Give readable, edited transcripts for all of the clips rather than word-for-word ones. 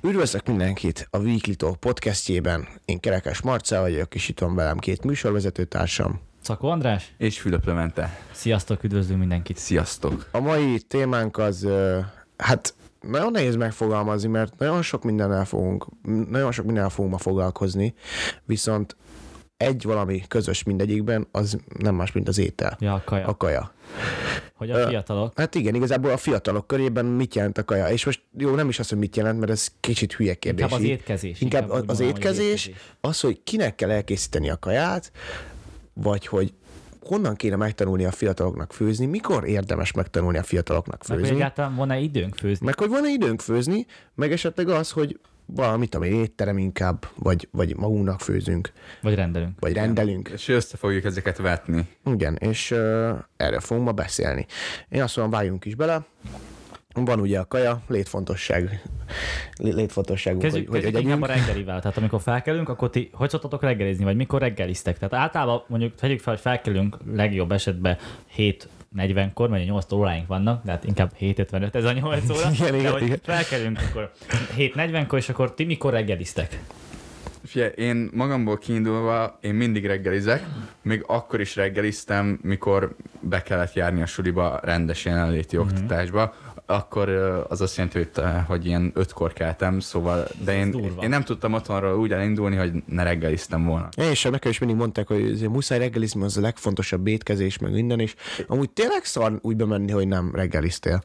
Üdvözlök mindenkit a Weekly Talk podcastjében. Én Kerekes Marcell vagyok, és itt van velem két műsorvezetőtársam. Szakó András. És Fülöp Levente. Sziasztok, üdvözlünk mindenkit. Sziasztok. A mai témánk az, nagyon nehéz megfogalmazni, mert nagyon sok mindennel fogunk ma foglalkozni, viszont egy valami közös mindegyikben, az nem más, mint az étel. Ja, a kaja. A kaja. Hogy a fiatalok? Hát igen, igazából a fiatalok körében mit jelent a kaja? És most jó, nem is az, hogy mit jelent, mert ez kicsit hülye kérdés. Inkább az étkezés. Inkább az étkezés, az, hogy kinek kell elkészíteni a kaját, vagy hogy honnan kéne megtanulni a fiataloknak főzni, mikor érdemes megtanulni a fiataloknak főzni. Meg hogy egyáltalán van-e időnk főzni. Meg hogy van-e időnk főzni, meg esetleg az, hogy valamit, ami étterem inkább, vagy magunknak főzünk. Vagy rendelünk. Vagy rendelünk. És össze fogjuk ezeket vetni. Igen, és erről fogunk ma beszélni. Én azt mondom, vágjunk is bele. Van ugye a kaja, létfontosságú, Kezdjük inkább a reggelivel. Tehát amikor felkelünk, akkor ti hogy szoktatok reggelizni, vagy mikor reggeliztek? Tehát általában mondjuk tegyük fel, hogy felkelünk legjobb esetben 7:40-kor, mert 8 óráink vannak, de hát inkább 7:55 ez a 8 óra. igen. Felkelünk akkor 7:40-kor, és akkor ti mikor reggeliztek? Figyelj, én magamból kiindulva, én mindig reggelizek, még akkor is reggeliztem, mikor be kellett járni a suliba rendes jelenléti oktatásba, akkor az azt jelenti, hogy ilyen 5-kor keltem, szóval, de én nem tudtam otthonról úgy elindulni, hogy ne reggeliztem volna. Én sem, nekem is mindig mondták, hogy muszáj reggelizni, az a legfontosabb étkezés, meg minden, és amúgy tényleg szar úgy bemenni, hogy nem reggeliztél.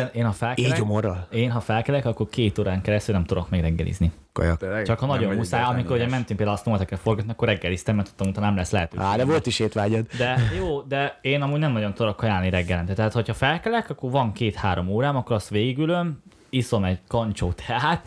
Én ha felkelek, akkor 2 órán keresztül nem tudok még reggelizni. Kaja. Csak ha nagyon muszáj, amikor ugye mentünk például azt Novatekre forgatni, akkor reggeliztem, mert tudtam, hogy nem lesz lehetőség. De volt is étvágyad. De én amúgy nem nagyon tudok kajálni reggelente. Tehát, hogyha felkelek, akkor van 2-3 órám, akkor azt végülöm, iszom egy kancsó teát,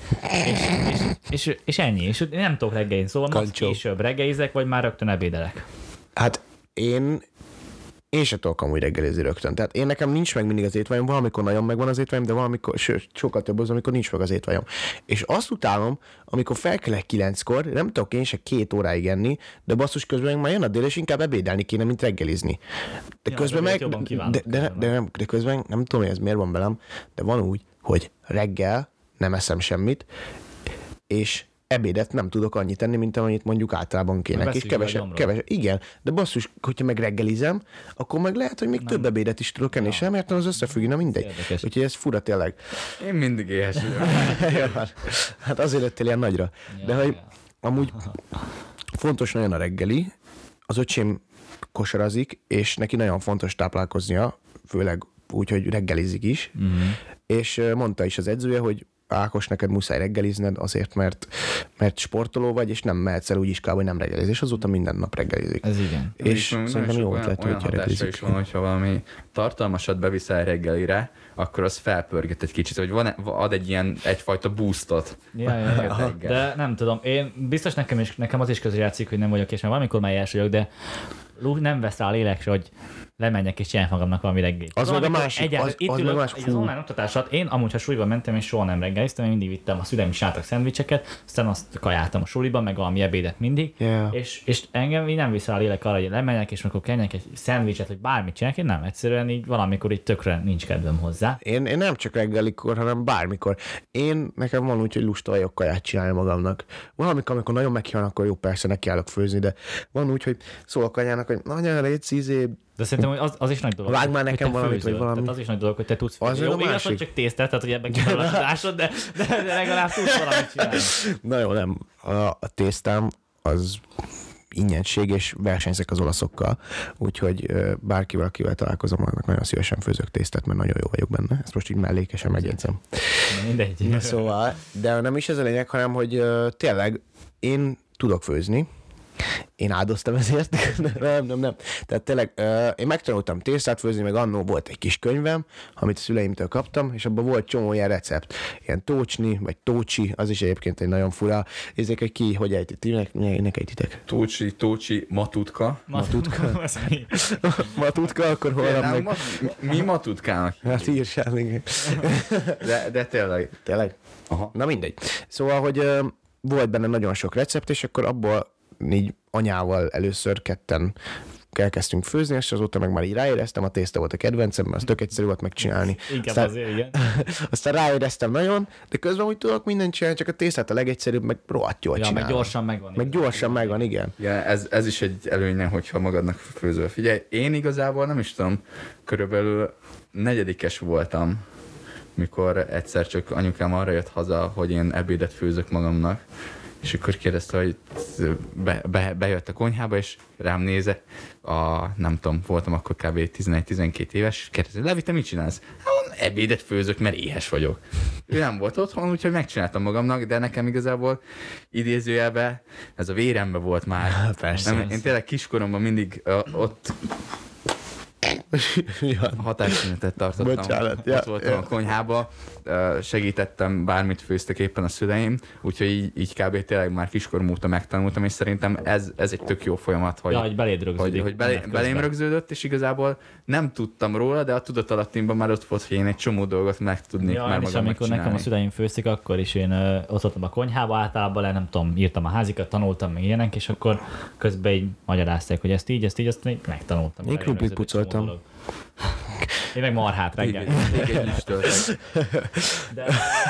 és ennyi. És nem tudok reggelizni. Szóval később reggelizek, vagy már rögtön ebédelek. Hát én sem tudok amúgy reggelizni rögtön. Tehát én nekem nincs meg mindig az étvágyam, valamikor nagyon megvan az étvágyam, de valamikor, sokkal több az, amikor nincs meg az étvágyam. És azt utálom, amikor felkelek 9-kor, nem tudok én se 2 óráig enni, de basszus közben már jön a dél, és inkább ebédelni kéne, mint reggelizni. De közben meg, de közben nem tudom, hogy ez miért van velem, de van úgy, hogy reggel nem eszem semmit, és ebédet nem tudok annyit enni, mint amennyit mondjuk általában kéne. És kevesebb. Igen, de basszus, hogyha meg reggelizem, akkor meg lehet, hogy még több ebédet is tudok enni, sem értem, az összefügg, na mindegy. Érdekes. Úgyhogy ez fura tényleg. Én mindig éhes vagyok. Hát azért lettél ilyen nagyra. De hogy amúgy fontos nagyon a reggeli, az öcsém kosarazik, és neki nagyon fontos táplálkoznia, főleg úgy, hogy reggelizik is, és mondta is az edzője, hogy Ákos, neked muszáj reggelizned azért, mert sportoló vagy, és nem mehetsz el úgy iskába, hogy nem reggeliz, és azóta minden nap reggelizik. Ez igen. És szerintem jó ötlet, hogy reggelizik. Is van, hogyha valami tartalmasat beviszel reggelire, akkor az felpörget egy kicsit, hogy ad egyfajta boostot. Ja. De nem tudom, én biztos nekem az is közrejátszik, hogy nem vagyok, és már valamikor már ilyes vagyok, de nem vesz rá a lélekre, hogy lemenjek és csinálják magamnak valami reggelit. Az meg a másik. Itt ülök az online oktatásat, én amúgy, ha suliba mentem, és soha nem reggeliztem, én mindig vittem a szüleim is csináltak szendvicseket, aztán azt kajáltam a suliban, meg valami ebédet mindig, és engem így nem visz rá a lélek arra, hogy lemenjek, és akkor kenjek egy szendvicset, vagy bármit csinálják, én nem, egyszerűen így valamikor így tökre nincs kedvem hozzá. Én nem csak reggelikor, hanem bármikor. Nekem van úgy, hogy lusta vagyok kaját csinálni magamnak. Valamikor, amikor nagyon meghívnak, akkor jó, persze nekiállok főzni, de van úgy, hogy szólok anyának, hogy anya, légy de szerintem az is nagy dolog. Vágj már nekem valamit, vagy valami. Tehát az is nagy dolog, hogy te tudsz főzni. Jó, igaz, hogy csak tésztelt, tehát hogy ebben kívül a tudásod, de legalább tudsz valamit csinálni. Na jó, nem. A tésztám az ingyenség, és versenyzek az olaszokkal, úgyhogy bárkivel, akivel találkozom, annak nagyon szívesen főzök tésztát, mert nagyon jó vagyok benne. Ezt most így mellékesen megjegyzem. Mindegy. Szóval, de nem is ez a lényeg, hanem, hogy tényleg én tudok főzni, én áldoztam ezért. Nem. Tehát tényleg én megtanultam tésztát főzni, meg annó volt egy kis könyvem, amit a szüleimtől kaptam, és abban volt csomó ilyen recept. Ilyen tócsni, vagy tócsi, az is egyébként egy nagyon fura. Érzék, hogy ki, hogy ejti. Minek ejtitek? Tócsi, matutka. Matutka, akkor holnap meg... Mi matutkának? Hát írság. De tényleg. Tényleg? Aha. Na mindegy. Szóval, hogy volt benne nagyon sok recept, és akkor abból így anyával először ketten elkezdtünk főzni, és azóta meg már így ráéreztem, a tészta volt a kedvencem, mert az tök egyszerű volt megcsinálni. Inkább azért, igen. Aztán ráéreztem nagyon, de közben úgy tudok mindent csinálni, csak a tésztát a legegyszerűbb, meg rohadt jól csinálom. Meg gyorsan megvan. Meg gyorsan megvan, igen. Ja, ez is egy előnye, hogyha magadnak főzöl. Figyelj, én igazából nem is tudom, körülbelül 4. voltam, mikor egyszer csak anyukám arra jött haza, hogy én ebédet főzök magamnak, és akkor kérdezte, hogy bejött a konyhába, és rám nézett, nem tudom, voltam akkor kb. 11-12 éves, és kérdezte, Levi, te mit csinálsz? Hát ebédet főzök, mert éhes vagyok. Ő nem volt otthon, úgyhogy megcsináltam magamnak, de nekem igazából idézőjelben ez a vérembe volt már. Persze. Én tényleg kiskoromban mindig ott hatásszünetet tartottam. Bocsánat, ott voltam a konyhába, segítettem, bármit főztek éppen a szüleim, úgyhogy így kb. Tényleg már kiskorom óta megtanultam, és szerintem ez egy tök jó folyamat, hogy beléd rögződik. Hogy belém rögződött, és igazából nem tudtam róla, de a tudatalattimban már ott volt, hogy én egy csomó dolgot megtudnék már magamnak amikor csinálni. nekem a szüleim főzték, akkor is én ott voltam a konyhába általában, nem tudom, írtam a házikat, tanultam meg ilyenek, és akkor közben így magyarázták, hogy ezt így, aztán így megtanultam. Én krumplit pucoltam. Én meg marhát reggel. De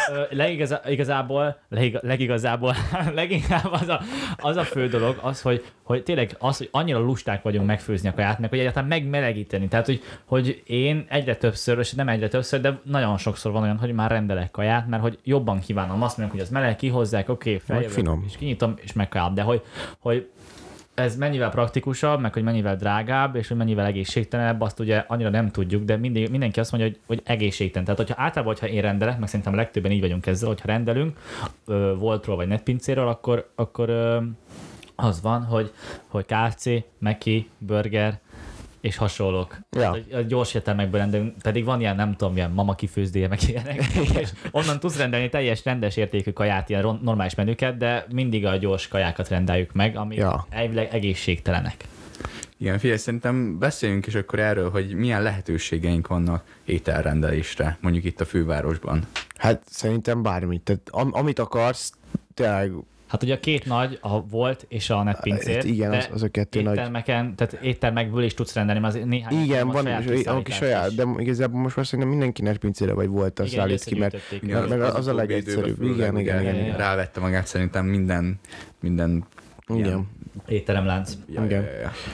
leginkább az a fő dolog, hogy tényleg az, hogy annyira lusták vagyunk megfőzni a kaját, meg hogy egyáltalán megmelegíteni. Tehát, hogy én egyre többször, és nem egyre többször, de nagyon sokszor van olyan, hogy már rendelek kaját, mert hogy jobban kívánom. Azt mondják, hogy az meleg, kihozzák, oké, feljövök, és kinyitom, és megkajálom. De hogy ez mennyivel praktikusabb, meg hogy mennyivel drágább, és hogy mennyivel egészségtelenebb, azt ugye annyira nem tudjuk, de mindenki azt mondja, hogy egészségtelen. Tehát, hogyha általában, hogyha én rendelek, meg szerintem a legtöbben így vagyunk ezzel, hogyha rendelünk Voltról vagy netpincéről, akkor az van, hogy KFC, Meki, burger és hasonlók. Ja. A gyors éttermekből rendelünk, pedig van ilyen, nem tudom, ilyen mama kifőzdéje, meg ilyenek, és onnan tudsz rendelni teljes rendes értékű kaját, ilyen normális menüket, de mindig a gyors kajákat rendeljük meg, amik elvileg egészségtelenek. Igen, figyelj, szerintem beszéljünk is akkor erről, hogy milyen lehetőségeink vannak ételrendelésre, mondjuk itt a fővárosban. Hát szerintem bármit. Tehát amit akarsz, tényleg. Hát ugye a két nagy, a Volt és a netpincér. Igen, az a kettő nagy. Tehát éttermekből is tudsz rendelni, az néhány. Igen, van is saját, de igazából most már szerintem mindenki netpincére vagy Volttal szállít ki, mert meg az a legegyszerűbb. Igen. Rávette magát szerintem minden étteremlánc. Igen.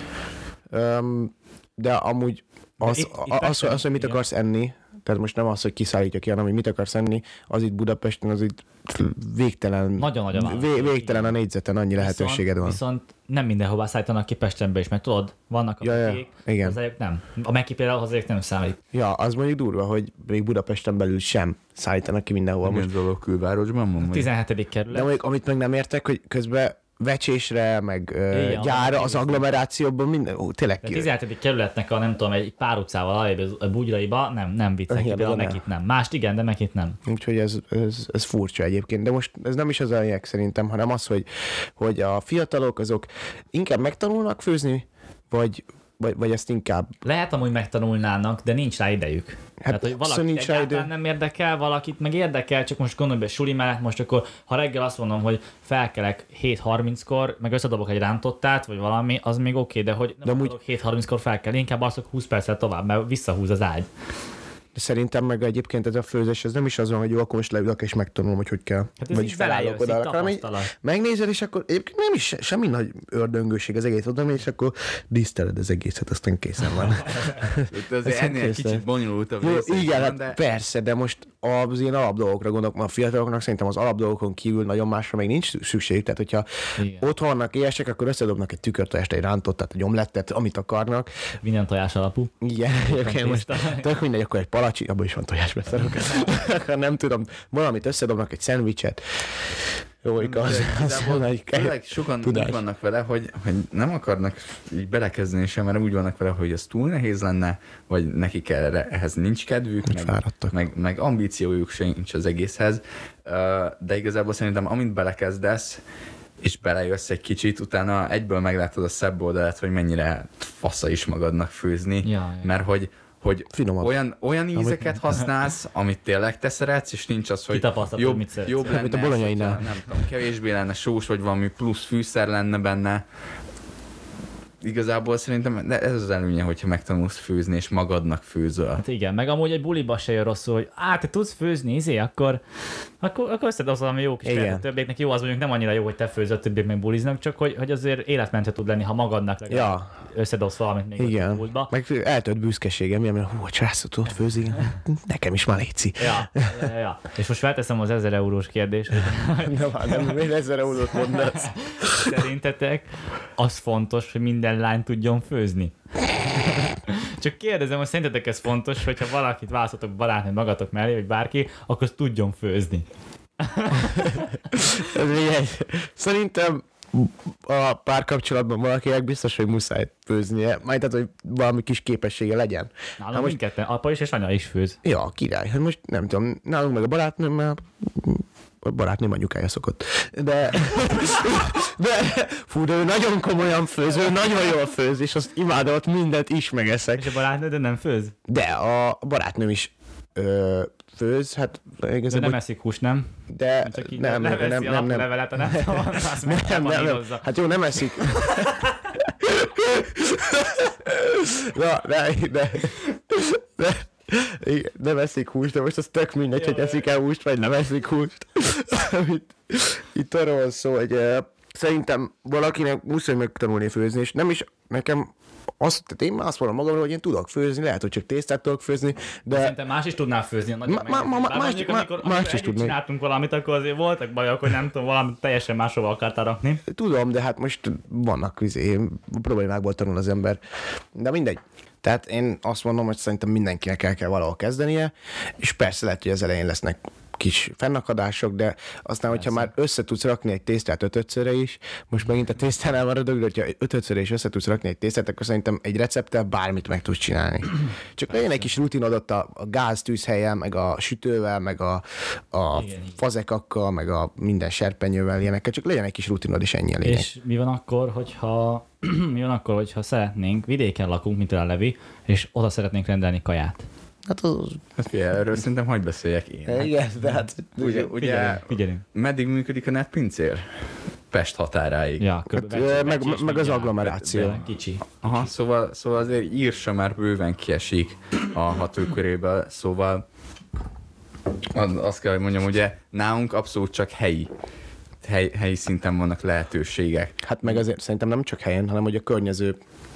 De amúgy az, hogy mit akarsz enni, tehát most nem az, hogy kiszállítja ki, hanem hogy mit akarsz enni, az itt Budapesten, az itt végtelen a négyzeten, annyi lehetőséged van. Viszont nem mindenhová szállítanak ki Pestenbe is, mert tudod, vannak a bukék, hozzájuk nem. A Meki például hozzájuk nem számít. Ja, az mondjuk durva, hogy még Budapesten belül sem szállítanak ki mindenhol. Most dolog külvárosban mondom. 17. kerület. De mondjuk, amit meg nem értek, hogy közben vecsésre, meg gyára, az agglomerációban minden, tényleg ki. A 17. kerületnek a nem tudom, egy pár utcával alább a Bugyraiba nem viccek ki, például Mekit nem. Mást igen, de Mekit nem. Úgyhogy ez furcsa egyébként, de most ez nem is az a lényeg szerintem, hanem az, hogy a fiatalok azok inkább megtanulnak főzni, vagy ezt inkább... Lehet amúgy megtanulnának, de nincs rá idejük. Hát tehát, hogy valakit egyáltalán nem érdekel, valakit meg érdekel, csak most gondolj be suli mellett, most akkor, ha reggel azt mondom, hogy felkelek 7:30-kor, meg összedobok egy rántottát, vagy valami, az még oké, de hogy nem akarok 7:30-kor felkelni, inkább azt 20 perccel tovább, mert visszahúz az ágy. De szerintem meg egyébként ez a főzés, ez nem is az van, hogy jó, akkor most leülök és megtanulom, hogy kell. Hát vagyis felállok oda, hanem megnézed, és akkor egyébként nem is semmi nagy ördöngőség az egész oda, és akkor diszteled az egészet, aztán készen van. Azért ennél egy kicsit bonyolultabb rész. Igen, hát persze, de most az ilyen alapdolgokra gondolok, mert a fiataloknak szerintem az alapdolgokon kívül nagyon másra még nincs szükség. Tehát, hogyha otthon vannak éhesek, akkor összedobnak egy tükörtojást, egy rántottat, egy omlettet, amit akarnak. Minden tojás alapú. Igen, egyébként most tök mindegy, akkor egy palacsi, abban is van tojás, beszarok. Nem tudom, valamit összedobnak, egy szendvicset. Jó, igaz. Sokan úgy vannak vele, hogy nem akarnak így belekezdeni sem, mert úgy vannak vele, hogy ez túl nehéz lenne, vagy nekik ehhez nincs kedvük, meg ambíciójuk sincs az egészhez. De igazából szerintem, amint belekezdesz, és belejössz egy kicsit, utána egyből meglátod a szebb oldalát, hogy mennyire fasza is magadnak főzni, mert hogy olyan ízeket használsz, amit tényleg te szeretsz, és nincs az, hogy jobb lenne, mint a bolonyainál. Nem tudom, kevésbé lenne sós, vagy valami plusz fűszer lenne benne. igazából szerintem ez az előnye, hogyha megtanulsz főzni, és magadnak főzöl. Hát igen, meg amúgy egy buliba se jön rosszul, hogy te tudsz főzni, akkor összedobsz valami jó kis példát többieknek. Jó, az mondjuk nem annyira jó, hogy te főzöl, többiek meg buliznak, csak hogy azért életmentő tud lenni, ha magadnak legalább összedobsz valamit még igen. a bultba. Meg eltölt büszkeségem, mert a császot tudod főzni, nekem is már létszik. Ja. És most felteszem az 1000 eurós kérdést. Nem, 1000 eurót mondasz. Szerintetek az fontos, hogy minden lány tudjon főzni? Csak kérdezem, hogy szerintetek ez fontos, hogyha valakit választotok barátnőt magatok mellé, vagy bárki, akkor az tudjon főzni. Szerintem a párkapcsolatban valakinek biztos, hogy muszáj főznie. Majd tehát, hogy valami kis képessége legyen. Nálunk mindketten, apa is és anya is főz. Ja, király. Hát most nem tudom, nálunk meg a barátnőmmel, a barátnőm anyukája szokott. De ő nagyon komolyan főz, ő nagyon jól főz, és azt imádom, ott mindent is megeszek. És a barátnőd nem főz? De a barátnőm is főz, hát igazából... De nem eszik húst, nem? De nem. Levelet, nem. Hát jó, nem eszik. Nem eszik húst, de most az tök mindegy, hogy eszik-e húst, vagy nem eszik húst. Itt arról van szó, hogy szerintem valakinek muszáj megtanulni főzni, és nem is nekem tehát én azt mondom magamról, hogy én tudok főzni, lehet, hogy csak tésztát tudok főzni, de... Szerintem más is tudnál főzni. Más is tudnék. Csináltunk valamit, akkor azért voltak bajok, hogy nem tudom, valamit teljesen máshova akartál rakni. Tudom, de hát most vannak problémákból tanul az ember. De mindegy. Tehát én azt mondom, hogy szerintem mindenkinek el kell valahol kezdenie, és persze lehet, hogy az elején lesznek kis fennakadások, de aztán, hogyha már össze tudsz rakni egy tésztát 5-5-szörre is, most megint a tésztánál maradok, de hogyha 5-5-szörre is össze tudsz rakni egy tésztát, akkor szerintem egy recepttel bármit meg tudsz csinálni. Csak legyen egy kis rutinod ott a gáztűzhelyen, meg a sütővel, meg a fazekakkal, meg a minden serpenyővel, ilyenekkel, csak legyen egy kis rutinod, és ennyi a lényeg. És mi van akkor, hogyha szeretnénk, vidéken lakunk, mint a Levi, és oda szeretnénk rendelni kaját? Hát erről szerintem hagyd beszéljek én. Igen, de hát... Ugye meddig működik a netpincér? Pest határáig. Ja, meg az agglomeráció. Kicsi. Aha, szóval azért Írsa már bőven kiesik a hatóköréből, szóval azt kell, hogy mondjam, ugye nálunk abszolút csak helyi szinten vannak lehetőségek. Hát meg azért szerintem nem csak helyen, hanem hogy a környező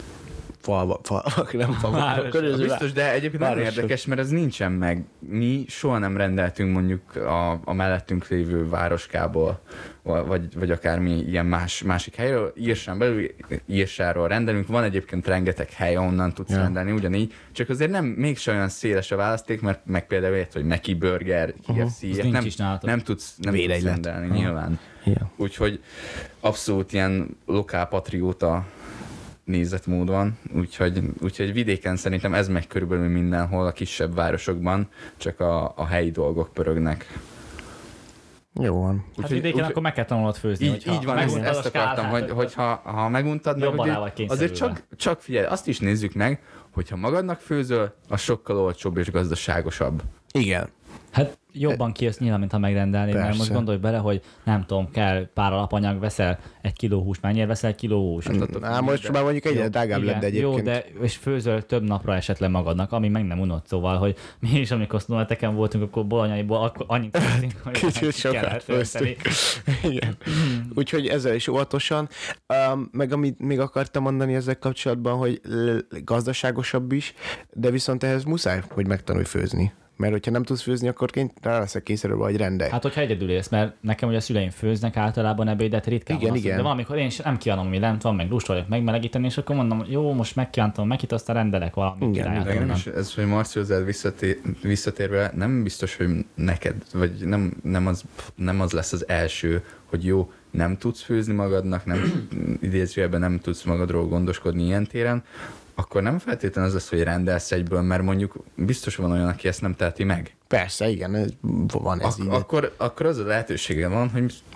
Biztos, de egyébként nagyon érdekes, mert ez nincsen meg. Mi soha nem rendeltünk mondjuk a mellettünk lévő városkából, vagy akármi ilyen másik helyről. Írsáról rendelünk. Van egyébként rengeteg hely, ahonnan tudsz rendelni, ugyanígy. Csak azért mégsem olyan széles a választék, mert meg például ért, hogy Mackie Burger, KFC, nem tudsz rendelni nyilván. Úgyhogy abszolút ilyen lokálpatrióta nézetmód van, úgyhogy vidéken szerintem ez megy körülbelül mindenhol, a kisebb városokban, csak a helyi dolgok pörögnek. Jó van. Hát vidéken akkor meg kell tanulnod főzni. Így van, ezt akartam, hogy ha meguntad meg, azért csak figyelj, azt is nézzük meg, hogyha magadnak főzöl, az sokkal olcsóbb és gazdaságosabb. Igen. Hát jobban kijössz nyilván, mint ha megrendelnél, mert most gondolj bele, hogy nem tudom, kell pár alapanyag, veszel 1 kiló húst, mennyire veszel 1 kiló húst? Most már mondjuk egyre drágább lett, de egyébként. Jó, de és főzöl több napra esetleg magadnak, ami meg nem unod, szóval, hogy mi is, amikor sznoleteken voltunk, akkor bolonyaiból akkor annyit főztünk, hogy kicsit sokat főztünk. Igen. Úgyhogy ezzel is óvatosan. Meg amit még akartam mondani ezzel kapcsolatban, hogy gazdaságosabb is, de viszont ehhez muszáj, hogy megtanulj főzni. Mert hogyha nem tudsz főzni, akkor rá leszek kényszerülve, hogy rendelj. Hát, hogyha egyedül élsz, mert nekem ugye a szüleim főznek általában ebédet ritkán. Igen. De valamikor én nem kívánom, hogy lent van, meg lust vagyok megmelegíteni, és akkor mondom, jó, most megkívántam meg itt, aztán rendelek valamit. Ez, hogy Marci hozzád visszatérve, nem biztos, hogy neked, vagy nem az lesz az első, hogy jó, nem tudsz főzni magadnak, idézőjelben nem tudsz magadról gondoskodni ilyen téren, akkor nem feltétlenül az lesz, hogy rendelsz egyből, mert mondjuk biztos van olyan, aki ezt nem teheti meg. Persze, igen, van ez így. Akkor az a lehetősége van, hogy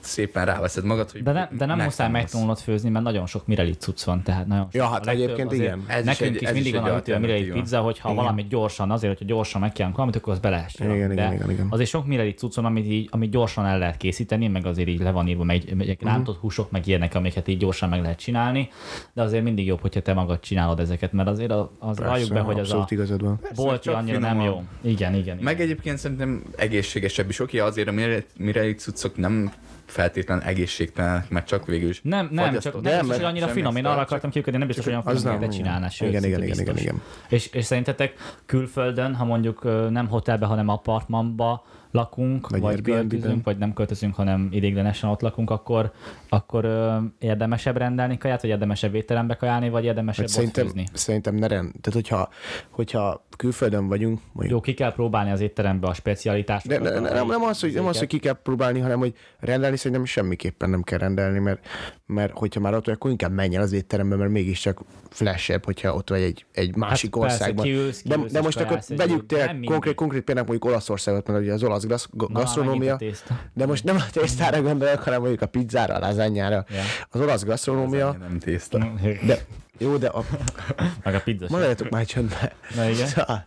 szépen ráveszed magad, hogy de nem muszáj megtanulnod főzni, mert nagyon sok Mirelit cucc van, tehát nagyon sok. Ja, hát egyébként igen. Nekünk is mindig van a ütő a Mirelit pizza, hogyha valamit gyorsan, azért, hogyha gyorsan megkívánunk valamit, akkor az be lehet csinálni. Igen. Azért sok Mirelit cucc van, amit gyorsan el lehet készíteni, meg azért így le van írva, meg rántott húsok, meg ilyenek, amiket így gyorsan meg lehet csinálni, de azért mindig jobb, hogyha te magad csinálod ezeket, mert azért az valljuk be, hogy az a bolti annyira nem jó. Igen. Meg egyébként szerintem egészségesebb is. Oké, azért a Mirelit cuccok nem feltétlenül egészségtelenek, mert csak végül is nem csak nem biztos, hogy annyira finom. Én arra akartam kiukodni, nem biztos, hogy olyan finom, mint te csinálnál. Igen. És szerintetek külföldön, ha mondjuk nem hotelbe, hanem apartmanba lakunk, vagy költözünk, vagy nem költözünk, hanem ideiglenesen ott lakunk, akkor érdemesebb rendelni kaját, vagy érdemesebb étterembe kajálni, vagy érdemesebb ott főzni? Szerintem ne tehát hogyha külföldön vagyunk... Jó, ki kell próbálni az étterembe a specialitásokat. De nem az, hogy ki kell próbálni, hanem hogy rendelni szerintem semmiképpen nem kell rendelni, mert hogyha már ott vagy, akkor inkább menjen az étterembe, mert mégiscsak flashabb, hogyha ott vagy egy másik országban. Kiülsz, de most akkor vegyük tényleg konkrét például mondjuk Olaszországot, mert ugye az olasz gasztronómia, de most nem a tésztára gondolok, hanem mondjuk a pizzára, a lazányára. Yeah. Az olasz gasztronómia... Nem tészta. De, jó, de meg a pizza. Maradjatok már csöndbe. Na igen. Szóval,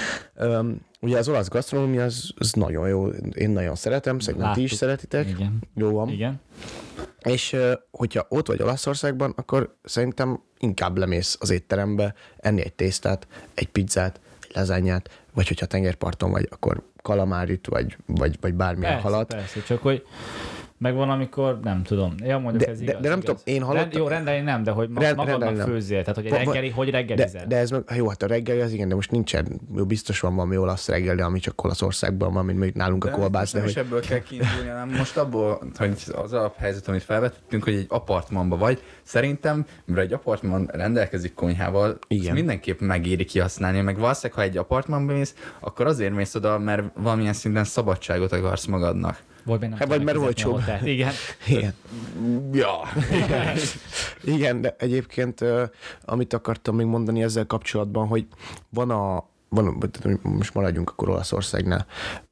ugye az olasz gasztronómia az nagyon jó, én nagyon szeretem, szerintem ti is szeretitek. Igen. Jó van. Igen. És hogyha ott vagy Olaszországban, akkor szerintem inkább lemész az étterembe, enni egy tésztát, egy pizzát, egy lazányát, vagy hogyha tengerparton vagy, akkor kalamárit, vagy bármilyen halat. Persze, csak hogy megvan, amikor nem tudom. Ja, mondjuk ez igaz. De nem tudom, én hallottam... Jó, rendelni nem, de hogy magadnak főzzél. Tehát, hogy reggeli, hogy reggelized. De ez meg, jó, hát a reggeli az igen, de most nincsen, biztos van valami olasz reggeli, ami csak Olaszországban van, mint mondjuk nálunk a kolbász. De hogy... ebből kell kiindulni, hanem most abból, hogy az alaphelyzet, amit felvetettünk, hogy egy apartmanban vagy, szerintem, mert egy apartman rendelkezik konyhával, mindenképp megéri kihasználni, meg valószínűleg, ha egy apartmanban mész, akkor azért mész oda, mert valamilyen szinten szabadságot akarsz magadnak. Vagy mert olcsóbb. Igen. Ja. Igen, de egyébként amit akartam még mondani ezzel kapcsolatban, hogy van most maradjunk akkor Olaszországnál.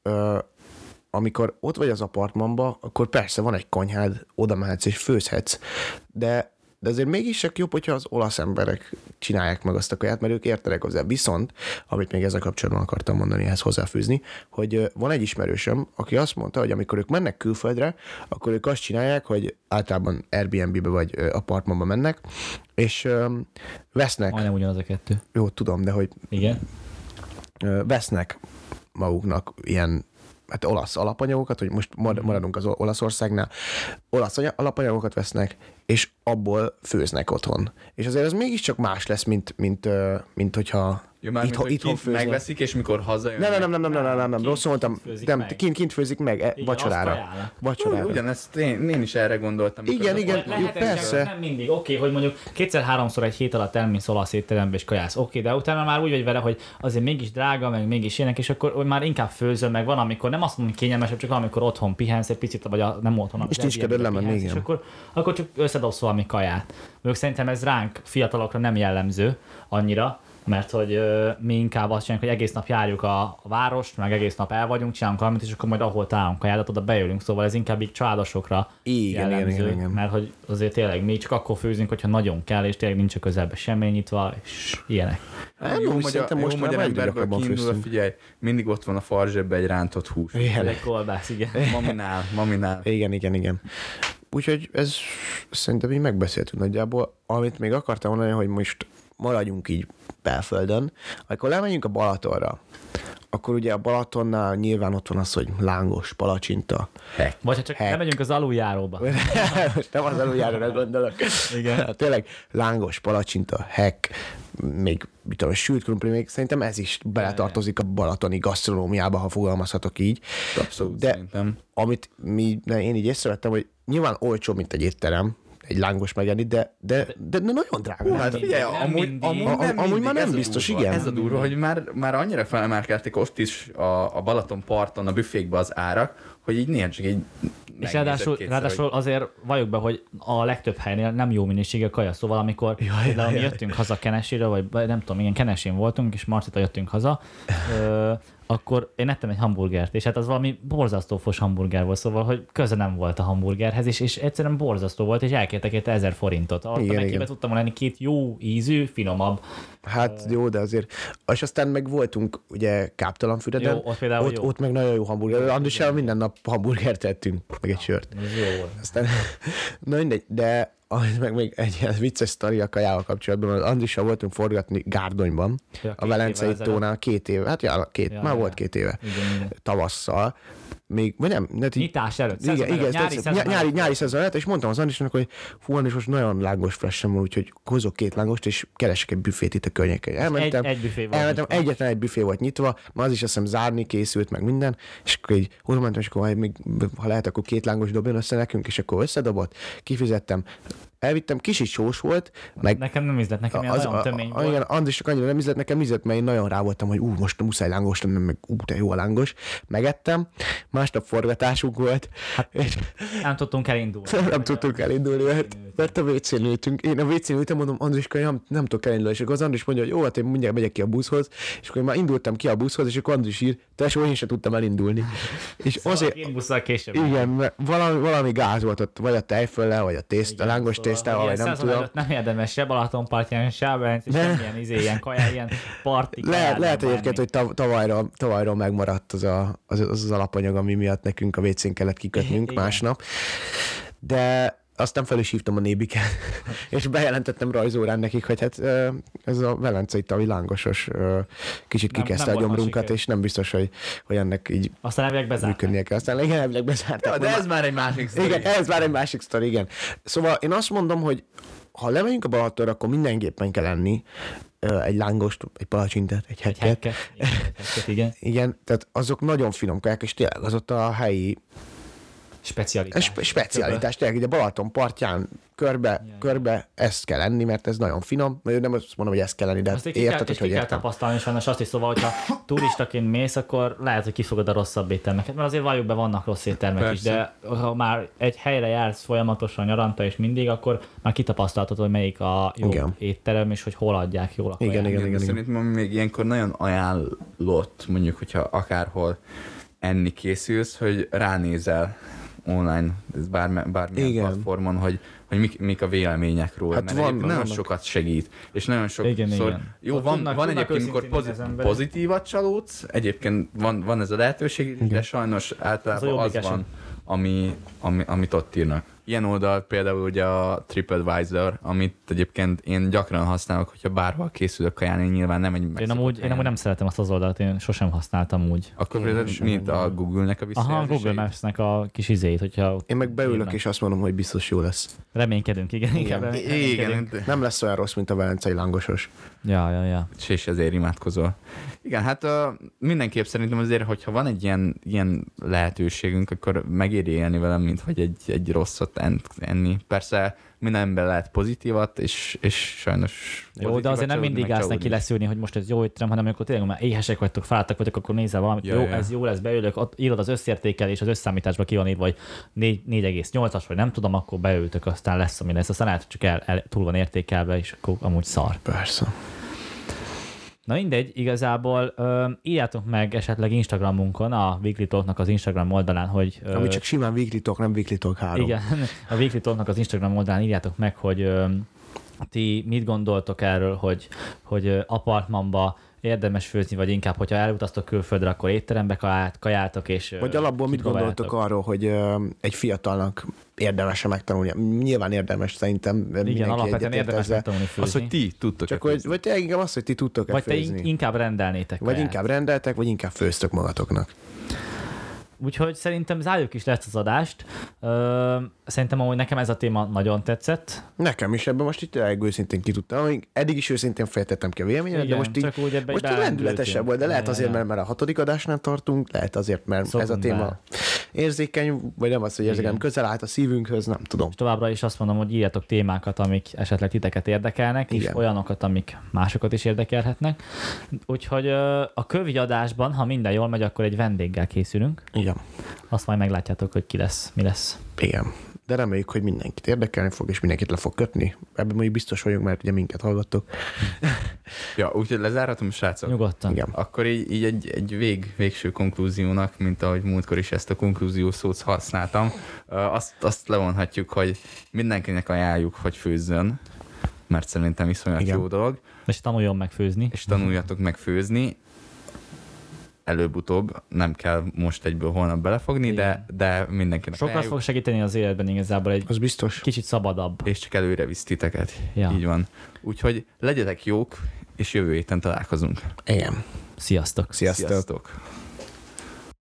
Amikor ott vagy az apartmanban, akkor persze van egy konyhád, oda mehetsz és főzhetsz, de azért mégis csak jobb, hogyha az olasz emberek csinálják meg azt a kaját, mert ők értenek hozzá. Viszont, amit még ezzel kapcsolatban akartam mondani, ehhez hozzáfűzni, hogy van egy ismerősöm, aki azt mondta, hogy amikor ők mennek külföldre, akkor ők azt csinálják, hogy általában Airbnb-be vagy apartmanba mennek, és vesznek... Majdnem ugyanaz a kettő. Jó, tudom, de hogy... Igen. Vesznek maguknak ilyen olasz alapanyagokat, hogy most maradunk az Olaszországnál, olasz alapanyagokat vesznek, és abból főznek otthon. És azért ez mégiscsak más lesz, mint hogyha itthon főznek. Megveszik, és mikor hazajön. Nem, rosszul mondtam. Kint főzik meg vacsorára. Ugyanezt én is erre gondoltam. Igen, persze. Nem mindig. Oké, hogy mondjuk 2-3-szor egy hét alatt elmész olasz étterembe és kajász. Oké, de utána már úgy vagy vele, hogy azért mégis drága, meg mégis ilyenek, és akkor már inkább főzöl, meg van, amikor nem azt mondom, hogy kényelmesebb, csak amikor otthon pihensz egy picit, vagy nem otthon, és nincs kedved lemenni, és akkor csak összedobsz valami kaját. Mondjuk szerintem ez ránk fiatalokra nem jellemző annyira, mert hogy mi inkább azt csináljuk, hogy egész nap járjuk a várost, meg egész nap el vagyunk, csinálunk valamit, és akkor majd ahol találunk kajádat, oda beülünk, szóval ez inkább így családosokra jellemző, igen. Mert hogy azért tényleg mi csak akkor főzünk, hogyha nagyon kell, és tényleg nincs a közelben semmi nyitva, és ilyenek. Jó magyar emberből kiindul, figyelj, mindig ott van a farzsebben egy rántott hús. Egy kolbász, igen. Maminál. Igen. Úgyhogy ez szerintem így megbeszéltünk nagyjából. Amit még akartam mondani, hogy most maradjunk így belföldön. Amikor lemegyünk a Balatonra, akkor ugye a Balatonnál nyilván ott van az, hogy lángos, palacsinta. Vagy ha csak lemegyünk az aluljáróba. Most nem az aluljáróra gondolok. Igen. Hát, tényleg lángos, palacsinta, hek, még sült krumpli, még szerintem ez is beletartozik a balatoni gasztronómiába, ha fogalmazhatok így. Abszolút, de szerintem. Amit én így észrevettem, hogy nyilván olcsó, mint egy étterem, egy lángos megenni, de nagyon drága. Hát figyelj, amúgy már nem biztos, igen. Ez a durva, hogy már annyira felemelkedték ott is a Balaton parton, a büfékbe az árak, hogy így néha csak így és ráadásul azért valljuk be, hogy a legtöbb helynél nem jó minőségű a kaja, szóval amikor mi jöttünk haza Keneséről, vagy nem tudom, igen, Kenesén voltunk, és Marcita jöttünk haza, akkor én ettem egy hamburgert, és hát az valami borzasztó fos hamburger volt, szóval, hogy köze nem volt a hamburgerhez, és egyszerűen borzasztó volt, és elkértek érte 1000 forintot. Meg tudtam lenni 2 jó ízű, finomabb. Hát jó, de azért, és aztán meg voltunk ugye Káptalanfüreden, ott meg nagyon jó hamburger. Andrissal minden nap hamburgert tettünk, meg egy sört. Ez jó volt. Aztán, na mindegy, de meg még egy ilyen vicces sztori a kajával kapcsolatban, az Andrissal voltunk forgatni Gárdonyban, a Velencei tónál 2 éve, hát már volt 2 éve, igen. Tavasszal, még, vagy nem? Nyitás előtt, nyári szezon előtt, és mondtam az Andrisnak, hogy hú, Andris, most nagyon lángos fressem van, úgyhogy hozok 2 lángost, és keresek egy büfét itt a környéken. Elmentem, egyetlen egy büfé volt nyitva, ma az is azt hiszem zárni készült, meg minden, és akkor így oda mentem, és akkor még, ha lehet, akkor 2 lángos dobjon össze nekünk, és akkor összedobott, kifizettem, elvittem, kicsit sós volt, meg nekem nem ízlett, nekem nagyon tömény volt. Igen, Andrisnak annyira nem ízlett, nekem ízlett, mert én nagyon rá voltam, hogy most muszáj lángos lennem, meg de jó a lángos. Megettem, másnap forgatásunk volt. Hát, nem tudtunk elindulni. Nem tudtunk elindulni, mert a WC-n ültünk. Én a WC-n ültem, mondom, Andriska, nem tudok elindulni. És akkor az Andris mondja, hogy jó, hát én mindjárt megyek ki a buszhoz, és akkor én már indultam ki a buszhoz, és akkor Andris ír, tesó, én sem tudtam elindulni. És szóval azért, én busszal később. Igen, mert valami gáz volt ott, vagy a tejföllel, vagy a tészta, a lángos tésztával, vagy nem tudom. Nem érdemes se Balatonpartján, se Velencén, semmilyen ilyen kajá, ilyen parti. Lehet egyébként, hogy tavalyról megmaradt az alapanyag, ami miatt nekünk a WC-n kellett kikötnünk másnap. De aztán fel is hívtam a Nébiket, és bejelentettem rajzórán nekik, hogy hát ez a velencei tavi lángosos kicsit kikezdte a gyomrunkat, és nem biztos, hogy ennek így aztán elvileg bezárták. Aztán igen, elvileg bezárták. Ja, de ez már egy másik sztori. Igen, ez már egy másik sztori, igen. Szóval én azt mondom, hogy ha lemegyünk a Balatonra, akkor mindenképpen kell enni egy lángost, egy palacsintát, egy hekket. Igen. Igen, tehát azok nagyon finom kaják, és tényleg az ott a helyi specialitás. Tényleg, ugye Balaton partján körbe ezt kell enni, mert ez nagyon finom. Nem azt mondom, hogy ezt kell enni, de érted, hogy kell tapasztalni, sajnos azt is, szóval, hogyha turistaként mész, akkor lehet, hogy kifogod a rosszabb éttermeket, mert azért valljuk be, vannak rossz éttermek Persze. is, de ha már egy helyre jársz folyamatosan nyaranta és mindig, akkor már kitapasztalhatod, hogy melyik a jó étterem, és hogy hol adják jól a kaját. Igen. Szerintem még ilyenkor nagyon ajánlott, mondjuk, hogyha akárhol enni készülsz, hogy ránézel online, bármilyen platformon, hogy mik a vélemények róla, hát mert nagyon sokat segít, és nagyon sokszor... Jó, van egyébként, amikor pozitívat csalódsz, egyébként van ez a lehetőség, de sajnos általában az van, amit ott írnak. Ilyen oldal például ugye a TripAdvisor, amit egyébként én gyakran használok, hogyha bárhol készülök kaján, én nyilván nem egy Én amúgy nem szeretem azt az oldalt, én sosem használtam úgy. Akkor például mint a Google-nek a visszajelzéseit? Aha, Google Maps-nek a kis izét, hogyha... Én meg beülök és azt mondom, hogy biztos jó lesz. Reménykedünk, igen. Nem lesz olyan rossz, mint a velencei lángosos. Ja. És ezért imádkozol. Igen, hát mindenképp szerintem azért, hogyha van egy ilyen lehetőségünk, akkor megéri élni velem, mint hogy egy rosszat enni. Persze mindenben lehet pozitívat, és sajnos... Jó, de azért nem mindig állsz neki leszűrni, hogy most ez jó étterem, hanem amikor tényleg már éhesek vagytok, fáradtak vagytok, akkor nézel valamit, ez jó lesz, beülök, ott írod az összértékelés, az összszámításba ki van írva, vagy 4,8-as, vagy nem tudom, akkor beültök, aztán lesz, ami lesz. Aztán lehet, csak túl van értékelve, és akkor amúgy szar. Persze. Na mindegy, igazából írjátok meg esetleg Instagramunkon, a Weekly Talknak az Instagram oldalán, hogy... Ami csak simán Weekly Talk, nem Weekly Talk 3. Igen, a Weekly Talknak az Instagram oldalán írjátok meg, hogy ti mit gondoltok erről, hogy apartmanba érdemes főzni, vagy inkább, hogyha elutaztok külföldre, akkor étterembe kajáltok, és... Vagy alapból mit gondoltok arról, hogy egy fiatalnak érdemes-e megtanulni? Nyilván érdemes szerintem. Igen, alapvetően érdemes megtanulni főzni. Az, hogy ti tudtok vagy tényleg inkább az, hogy ti tudtok főzni. Vagy te inkább rendelnétek kaját. Vagy inkább rendeltek, vagy inkább főztök magatoknak. Úgyhogy szerintem zárjuk is lesz az adást. Szerintem amúgy nekem ez a téma nagyon tetszett. Nekem is, ebben most itt őszintén ki tudtam. Eddig is őszintén fejtettem ki a véleményemet, de most így lendületesebb volt. De lehet azért, mert a 6. adásnál tartunk, lehet azért, mert ez a téma érzékeny, vagy nem az, hogy érzékeny, közel állt a szívünkhöz, nem tudom. És továbbra is azt mondom, hogy írjatok témákat, amik esetleg titeket érdekelnek, és olyanokat, amik másokat is érdekelhetnek. Úgyhogy a kövi adásban, ha minden jól megy, akkor egy vendéggel készülünk. Igen. Azt majd meglátjátok, hogy ki lesz, mi lesz. Igen. De reméljük, hogy mindenkit érdekelni fog, és mindenkit le fog kötni. Ebben mondjuk biztos vagyunk, mert ugye minket hallgattok. Ja, úgyhogy lezárhatom, srácok? Nyugodtan. Igen. Akkor így egy végső konklúziónak, mint ahogy múltkor is ezt a konklúzió szót használtam, azt levonhatjuk, hogy mindenkinek ajánljuk, hogy főzzön, mert szerintem iszonyat jó dolog. És tanuljon meg főzni. És tanuljatok meg főzni. Előbb-utóbb, nem kell most egyből holnap belefogni, de mindenkinek sokat fog segíteni az életben igazából egy az biztos. Kicsit szabadabb. És csak előre visz titeket. Ja. Így van. Úgyhogy legyetek jók, és jövő héten találkozunk. Igen. Sziasztok. Sziasztok. Sziasztok.